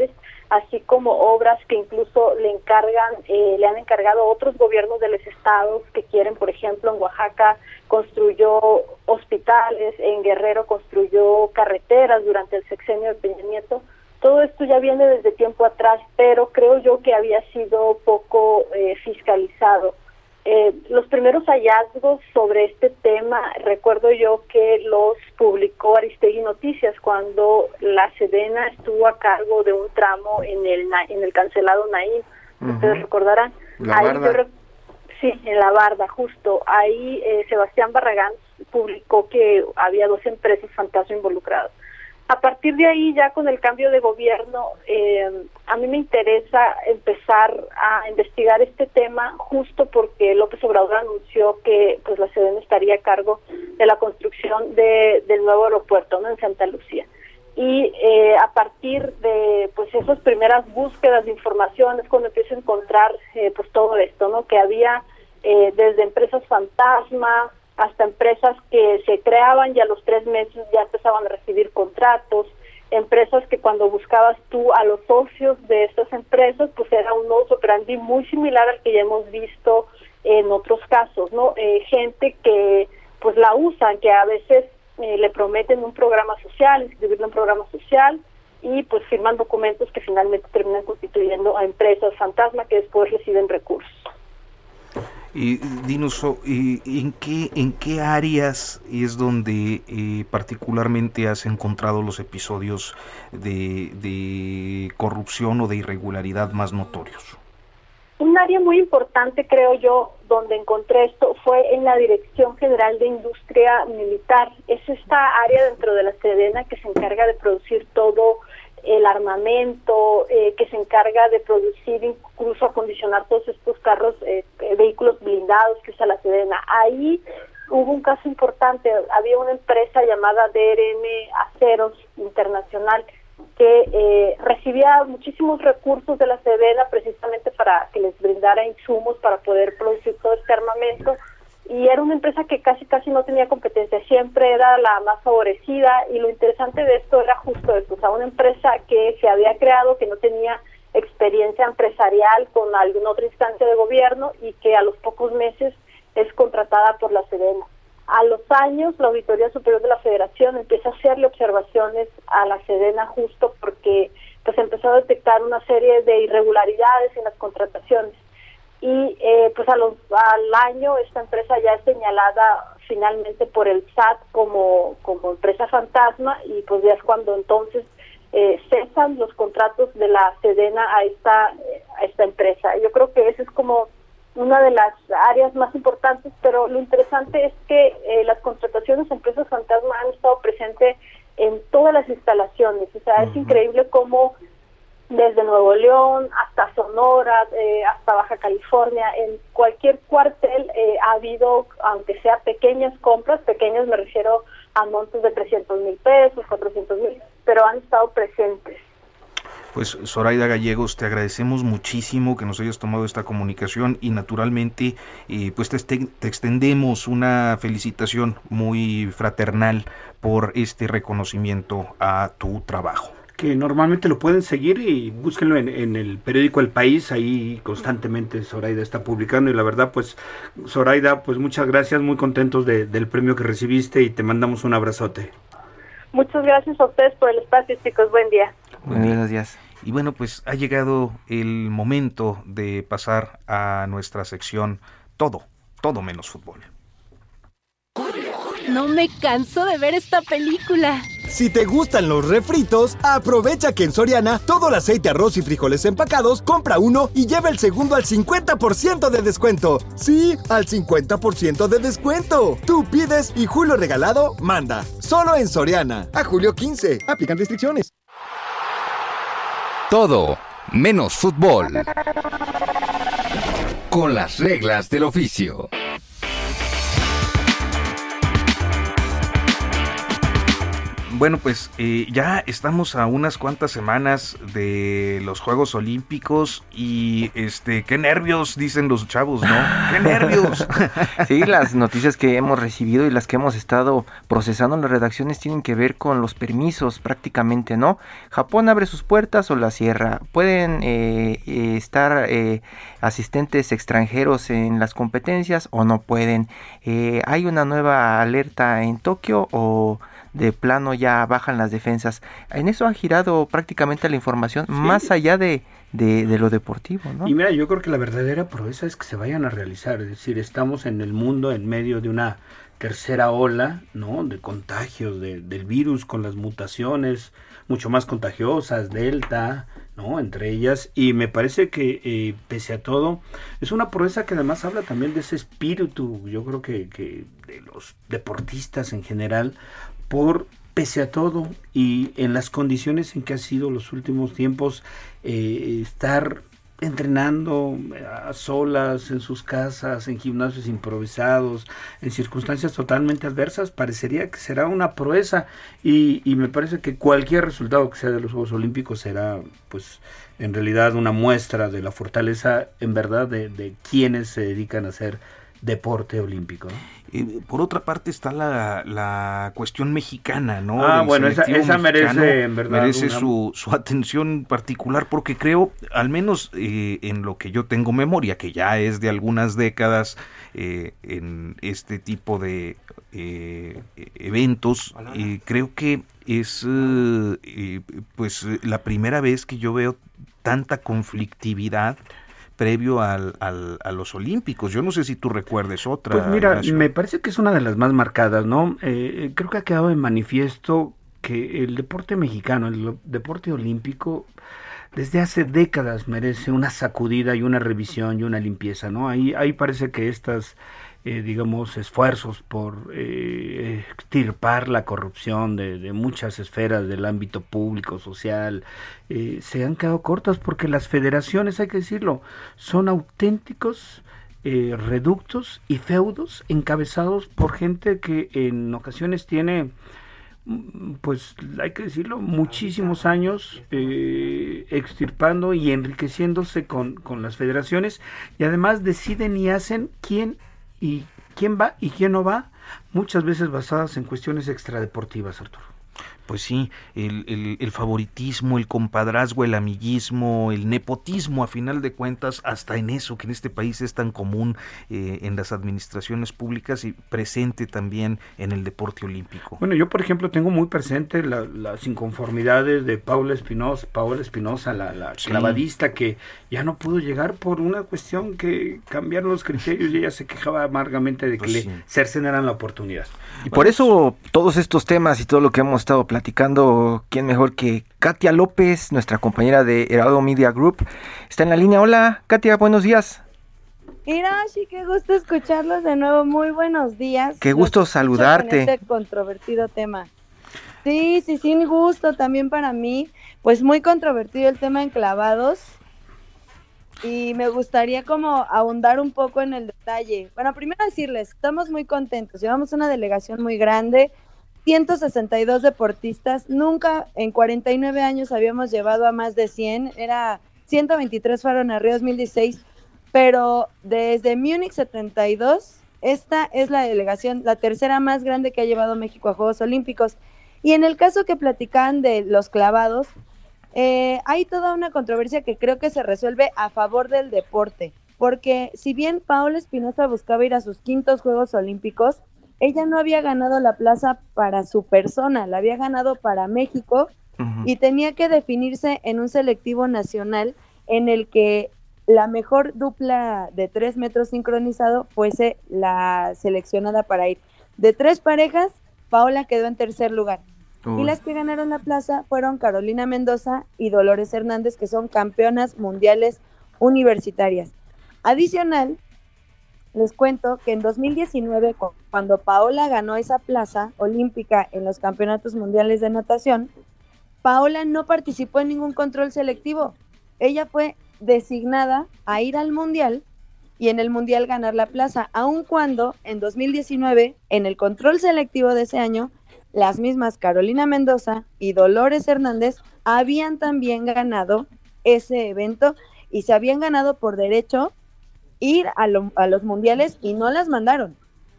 así como obras que incluso le encargan, eh, le han encargado a otros gobiernos de los estados que quieren. Por ejemplo, en Oaxaca construyó hospitales, en Guerrero construyó carreteras durante el sexenio de Peña Nieto. Todo esto ya viene desde tiempo atrás, pero creo yo que había sido poco eh, fiscalizado. Eh, los primeros hallazgos sobre este tema, recuerdo yo que los publicó Aristegui Noticias cuando la Sedena estuvo a cargo de un tramo en el en el cancelado Naim. Uh-huh. Ustedes recordarán. La ahí Barda. Yo, sí, en la Barda, justo. Ahí eh, Sebastián Barragán publicó que había dos empresas fantasma involucradas. A partir de ahí, ya con el cambio de gobierno, eh, a mí me interesa empezar a investigar este tema justo porque López Obrador anunció que pues la Sedena estaría a cargo de la construcción de, del nuevo aeropuerto, ¿no?, en Santa Lucía. Y eh, a partir de pues esas primeras búsquedas de información es cuando empiezo a encontrar eh, pues todo esto, ¿no?, que había eh, desde empresas fantasma hasta empresas que se creaban y a los tres meses ya empezaban a recibir contratos, empresas que cuando buscabas tú a los socios de estas empresas, pues era un modus operandi muy similar al que ya hemos visto en otros casos, ¿no? Eh, gente que pues la usan, que a veces eh, le prometen un programa social, inscribirlo en un programa social, y pues firman documentos que finalmente terminan constituyendo a empresas fantasma que después reciben recursos. Y dinos, eh, ¿en qué en qué áreas es donde eh, particularmente has encontrado los episodios de, de corrupción o de irregularidad más notorios? Un área muy importante, creo yo, donde encontré esto fue en la Dirección General de Industria Militar. Es esta área dentro de la Sedena que se encarga de producir todo el armamento, eh, que se encarga de producir, incluso acondicionar todos estos carros, eh, vehículos blindados que usa la Sedena. Ahí hubo un caso importante, había una empresa llamada D R M Aceros Internacional que eh, recibía muchísimos recursos de la Sedena precisamente para que les brindara insumos para poder producir todo este armamento, y era una empresa que casi casi no tenía competencia, siempre era la más favorecida, y lo interesante de esto era justo esto, o sea, una empresa que se había creado, que no tenía experiencia empresarial con alguna otra instancia de gobierno y que a los pocos meses es contratada por la Sedena. A los años, la Auditoría Superior de la Federación empieza a hacerle observaciones a la Sedena justo porque pues empezó a detectar una serie de irregularidades en las contrataciones. Y eh, pues a los, al año esta empresa ya es señalada finalmente por el S A T como, como empresa fantasma, y pues ya es cuando entonces eh, cesan los contratos de la Sedena a esta, a esta empresa. Yo creo que esa es como una de las áreas más importantes, pero lo interesante es que eh, las contrataciones a empresas fantasma han estado presentes en todas las instalaciones. O sea, uh-huh. Es increíble cómo desde Nuevo León hasta Sonora, eh, hasta Baja California, en cualquier cuartel eh, ha habido, aunque sea pequeñas compras, pequeñas me refiero a montos de trescientos mil pesos, cuatrocientos mil, pero han estado presentes. Pues Zoraida Gallegos, te agradecemos muchísimo que nos hayas tomado esta comunicación y naturalmente eh, pues te, te extendemos una felicitación muy fraternal por este reconocimiento a tu trabajo. Que normalmente lo pueden seguir y búsquenlo en, en el periódico El País, ahí constantemente Zoraida está publicando, y la verdad pues Zoraida, pues muchas gracias, muy contentos de, del premio que recibiste y te mandamos un abrazote. Muchas gracias a ustedes por el espacio, chicos, buen día. Buenos días. Y bueno, pues ha llegado el momento de pasar a nuestra sección Todo, todo menos fútbol. No me canso de ver esta película. Si te gustan los refritos, aprovecha que en Soriana todo el aceite, arroz y frijoles empacados, compra uno y lleva el segundo al cincuenta por ciento de descuento. Sí, al cincuenta por ciento de descuento. Tú pides y Julio Regalado manda. Solo en Soriana. A julio quince. Aplican restricciones. Todo menos fútbol. Con las reglas del oficio. Bueno, pues eh, ya estamos a unas cuantas semanas de los Juegos Olímpicos y este, qué nervios, dicen los chavos, ¿no? ¡Qué nervios! Sí, las noticias que hemos recibido y las que hemos estado procesando en las redacciones tienen que ver con los permisos prácticamente, ¿no? Japón abre sus puertas o las cierra. Pueden eh, eh, estar eh, asistentes extranjeros en las competencias o no pueden. Eh, hay una nueva alerta en Tokio o de plano ya bajan las defensas. En eso ha girado prácticamente la información, sí, más allá de, de, de lo deportivo, ¿no? Y mira, yo creo que la verdadera proeza es que se vayan a realizar, es decir, estamos en el mundo en medio de una tercera ola, ¿no?, de contagios de, del virus con las mutaciones mucho más contagiosas, Delta, ¿no?, entre ellas, y me parece que eh, pese a todo, es una proeza que además habla también de ese espíritu, yo creo que, que de los deportistas en general, por pese a todo y en las condiciones en que ha sido los últimos tiempos, eh, estar entrenando a solas en sus casas, en gimnasios improvisados, en circunstancias totalmente adversas, parecería que será una proeza y, y me parece que cualquier resultado que sea de los Juegos Olímpicos será, pues, en realidad una muestra de la fortaleza, en verdad, de, de quienes se dedican a hacer deporte olímpico, ¿no? Eh, por otra parte está la, la cuestión mexicana, ¿no? Ah, Del bueno, esa, esa merece, en verdad, merece una... su, su atención particular, porque creo, al menos eh, en lo que yo tengo memoria, que ya es de algunas décadas eh, en este tipo de eh, eventos, eh, creo que es eh, eh, pues la primera vez que yo veo tanta conflictividad previo al, al, a los Olímpicos. Yo no sé si tú recuerdes otra. Pues mira, Ignacio. Me parece que es una de las más marcadas, ¿no? Eh, creo que ha quedado de manifiesto que el deporte mexicano, el deporte olímpico, desde hace décadas merece una sacudida y una revisión y una limpieza, ¿no? Ahí, ahí parece que estas, eh, digamos, esfuerzos por eh, extirpar la corrupción de, de muchas esferas del ámbito público, social, eh, se han quedado cortas porque las federaciones, hay que decirlo, son auténticos eh, reductos y feudos encabezados por gente que en ocasiones tiene, pues hay que decirlo, muchísimos años eh, extirpando y enriqueciéndose con, con las federaciones, y además deciden y hacen quién y quién va y quién no va, muchas veces basadas en cuestiones extradeportivas, Arturo. Pues sí, el, el, el favoritismo, el compadrazgo, el amiguismo, el nepotismo, a final de cuentas, hasta en eso que en este país es tan común eh, en las administraciones públicas y presente también en el deporte olímpico. Bueno, yo por ejemplo tengo muy presente la, las inconformidades de Paula Espinosa, Paola Espinosa, la, la sí. clavadista, que ya no pudo llegar por una cuestión que cambiaron los criterios y ella se quejaba amargamente de que pues le sí. cercenaran la oportunidad. Y bueno, por eso todos estos temas y todo lo que hemos estado platicando, platicando, quién mejor que Katia López, nuestra compañera de Heraldo Media Group, está en la línea. Hola, Katia, buenos días. Hiroshi, qué gusto escucharlos de nuevo, muy buenos días. Qué gusto Los saludarte. Con este controvertido tema. Sí, sí, sí, gusto también para mí, pues muy controvertido el tema en clavados, y me gustaría como ahondar un poco en el detalle. Bueno, primero decirles, estamos muy contentos, llevamos una delegación muy grande, ciento sesenta y dos deportistas, nunca en cuarenta y nueve años habíamos llevado a más de cien, era ciento veintitrés fueron a Río dos mil dieciséis, pero desde Múnich setenta y dos, esta es la delegación, la tercera más grande que ha llevado México a Juegos Olímpicos. Y en el caso que platicaban de los clavados, eh, hay toda una controversia que creo que se resuelve a favor del deporte, porque si bien Paola Espinosa buscaba ir a sus quintos Juegos Olímpicos, ella no había ganado la plaza para su persona, la había ganado para México, uh-huh. y tenía que definirse en un selectivo nacional en el que la mejor dupla de tres metros sincronizado fuese la seleccionada para ir. De tres parejas, Paola quedó en tercer lugar. Uh-huh. Y las que ganaron la plaza fueron Carolina Mendoza y Dolores Hernández, que son campeonas mundiales universitarias. Adicional, les cuento que en dos mil diecinueve, cuando Paola ganó esa plaza olímpica en los campeonatos mundiales de natación, Paola no participó en ningún control selectivo. Ella fue designada a ir al mundial y en el mundial ganar la plaza, aun cuando en dos mil diecinueve, en el control selectivo de ese año, las mismas Carolina Mendoza y Dolores Hernández habían también ganado ese evento y se habían ganado por derecho ir a, lo, a los mundiales y no las mandaron.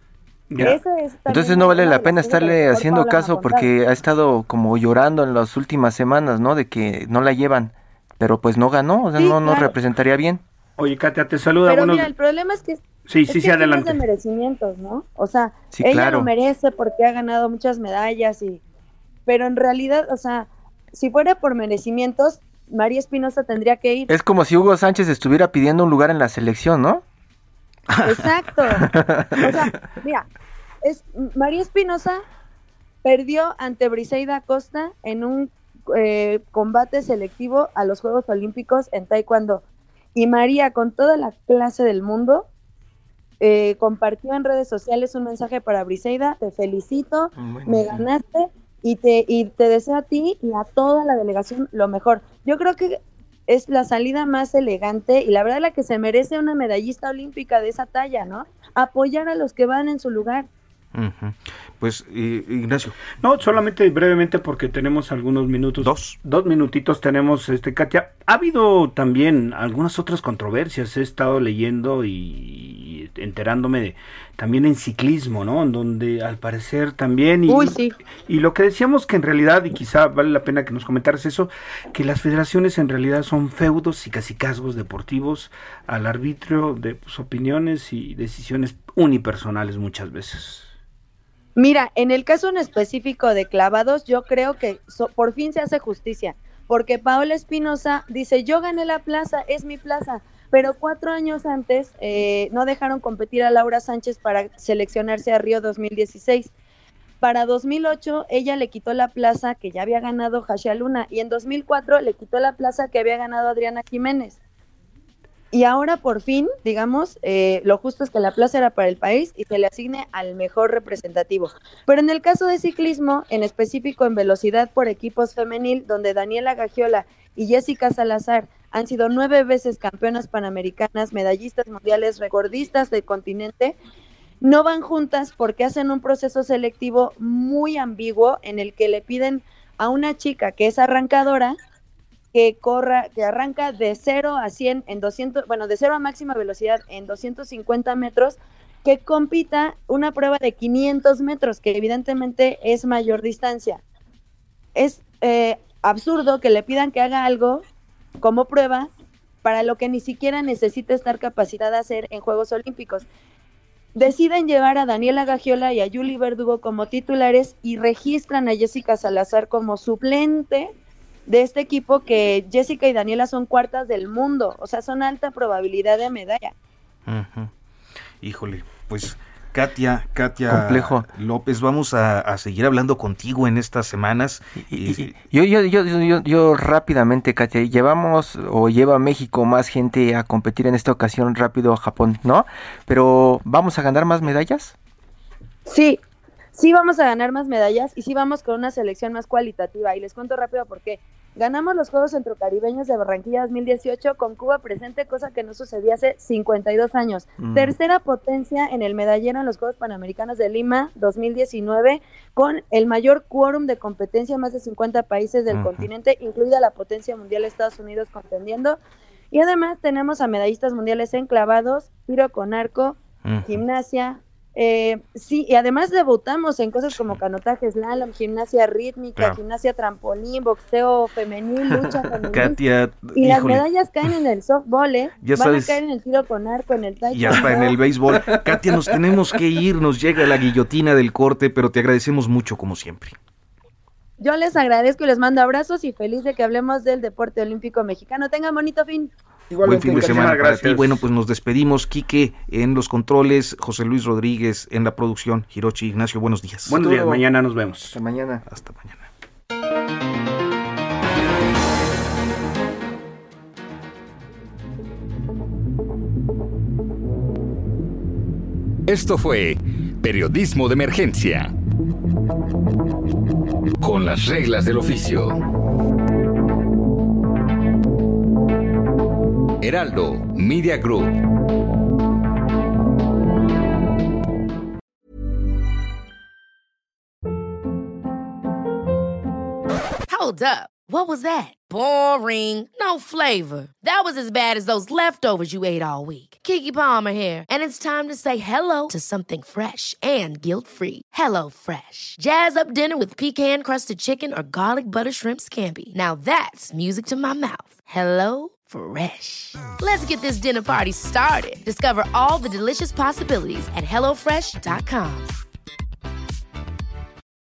Eso es Entonces no vale la pena estarle haciendo caso porque ha estado como llorando en las últimas semanas, ¿no? De que no la llevan, pero pues no ganó, o sea, sí, no nos claro. representaría bien. Oye, Katia, te saluda. Pero buenos... mira, el problema es que sí, es sí, que sí, adelante. de merecimientos, ¿no? O sea, sí, ella claro. lo merece porque ha ganado muchas medallas y, pero en realidad, o sea, si fuera por merecimientos, María Espinosa tendría que ir. Es como si Hugo Sánchez estuviera pidiendo un lugar en la selección, ¿no? Exacto. O sea, mira, es María Espinosa perdió ante Briseida Acosta en un eh, combate selectivo a los Juegos Olímpicos en Taekwondo. Y María, con toda la clase del mundo, eh, compartió en redes sociales un mensaje para Briseida: te felicito, bueno, me ganaste y te, y te deseo a ti y a toda la delegación lo mejor. Yo creo que es la salida más elegante y la verdad la que se merece una medallista olímpica de esa talla, ¿no? Apoyar a los que van en su lugar. Uh-huh. Pues, eh, Ignacio. No, solamente brevemente porque tenemos algunos minutos. Dos. Dos minutitos tenemos, este Katia. Ha habido también algunas otras controversias, he estado leyendo y enterándome de, también en ciclismo, ¿no? En donde al parecer también... Y, Uy, sí. Y lo que decíamos que en realidad, y quizá vale la pena que nos comentaras eso, que las federaciones en realidad son feudos y cacicazgos deportivos al arbitrio de pues, opiniones y decisiones unipersonales muchas veces. Mira, en el caso en específico de clavados, yo creo que so, por fin se hace justicia, porque Paola Espinosa dice, yo gané la plaza, es mi plaza, pero cuatro años antes eh, no dejaron competir a Laura Sánchez para seleccionarse a Río dos mil dieciséis. Para dos mil ocho ella le quitó la plaza que ya había ganado Jasha Luna y en dos mil cuatro le quitó la plaza que había ganado Adriana Jiménez. Y ahora por fin, digamos, eh, lo justo es que la plaza era para el país y se le asigne al mejor representativo. Pero en el caso de ciclismo, en específico en velocidad por equipos femenil, donde Daniela Gagiola y Jessica Salazar han sido nueve veces campeonas panamericanas, medallistas mundiales, recordistas del continente, no van juntas porque hacen un proceso selectivo muy ambiguo en el que le piden a una chica que es arrancadora que corra, que arranca de cero a cien en doscientos, bueno, de cero a máxima velocidad en doscientos cincuenta metros, que compita una prueba de quinientos metros, que evidentemente es mayor distancia. Es eh, absurdo que le pidan que haga algo como prueba para lo que ni siquiera necesita estar capacitada a hacer en Juegos Olímpicos. Deciden llevar a Daniela Gagiola y a Yuli Verdugo como titulares y registran a Jessica Salazar como suplente de este equipo, que Jessica y Daniela son cuartas del mundo, o sea, son alta probabilidad de medalla. Uh-huh. Híjole, pues Katia, Katia Complejo. López, vamos a, a seguir hablando contigo en estas semanas. Y, y, yo, yo, yo, yo, yo rápidamente, Katia, llevamos o lleva México más gente a competir en esta ocasión rápido a Japón, ¿no? Pero ¿vamos a ganar más medallas? Sí, sí vamos a ganar más medallas y sí vamos con una selección más cualitativa. Y les cuento rápido por qué. Ganamos los Juegos Centrocaribeños de Barranquilla dos mil dieciocho con Cuba presente, cosa que no sucedía hace cincuenta y dos años. Mm. Tercera potencia en el medallero en los Juegos Panamericanos de Lima dos mil diecinueve, con el mayor quórum de competencia, más de cincuenta países del uh-huh. continente, incluida la potencia mundial Estados Unidos contendiendo. Y además tenemos a medallistas mundiales en clavados, tiro con arco, uh-huh. gimnasia. Eh, sí, y además debutamos en cosas como canotaje, slalom, gimnasia rítmica, claro. gimnasia trampolín, boxeo femenil, lucha femenil. Katia, y híjole. Las medallas caen en el softball, ¿eh? Ya Van sabes, a caer en el tiro con arco, en el taekwondo. Y hasta en el béisbol. Katia, nos tenemos que ir, nos llega la guillotina del corte, pero te agradecemos mucho como siempre. Yo les agradezco y les mando abrazos y feliz de que hablemos del deporte olímpico mexicano. Tengan bonito fin. Igualmente, buen fin de semana para gracias. ti. Bueno, pues nos despedimos. Quique en los controles, José Luis Rodríguez en la producción, Hiroshi, Ignacio, buenos días. Buenos días, mañana nos vemos. Hasta mañana. Hasta mañana. Esto fue Periodismo de Emergencia, con las reglas del oficio. Heraldo Media Group. Hold up. What was that? Boring. No flavor. That was as bad as those leftovers you ate all week. Keke Palmer here, and it's time to say hello to something fresh and guilt-free. Hello Fresh. Jazz up dinner with pecan-crusted chicken or garlic butter shrimp scampi. Now that's music to my mouth. Hello Fresh. Let's get this dinner party started. Discover all the delicious possibilities at hello fresh dot com.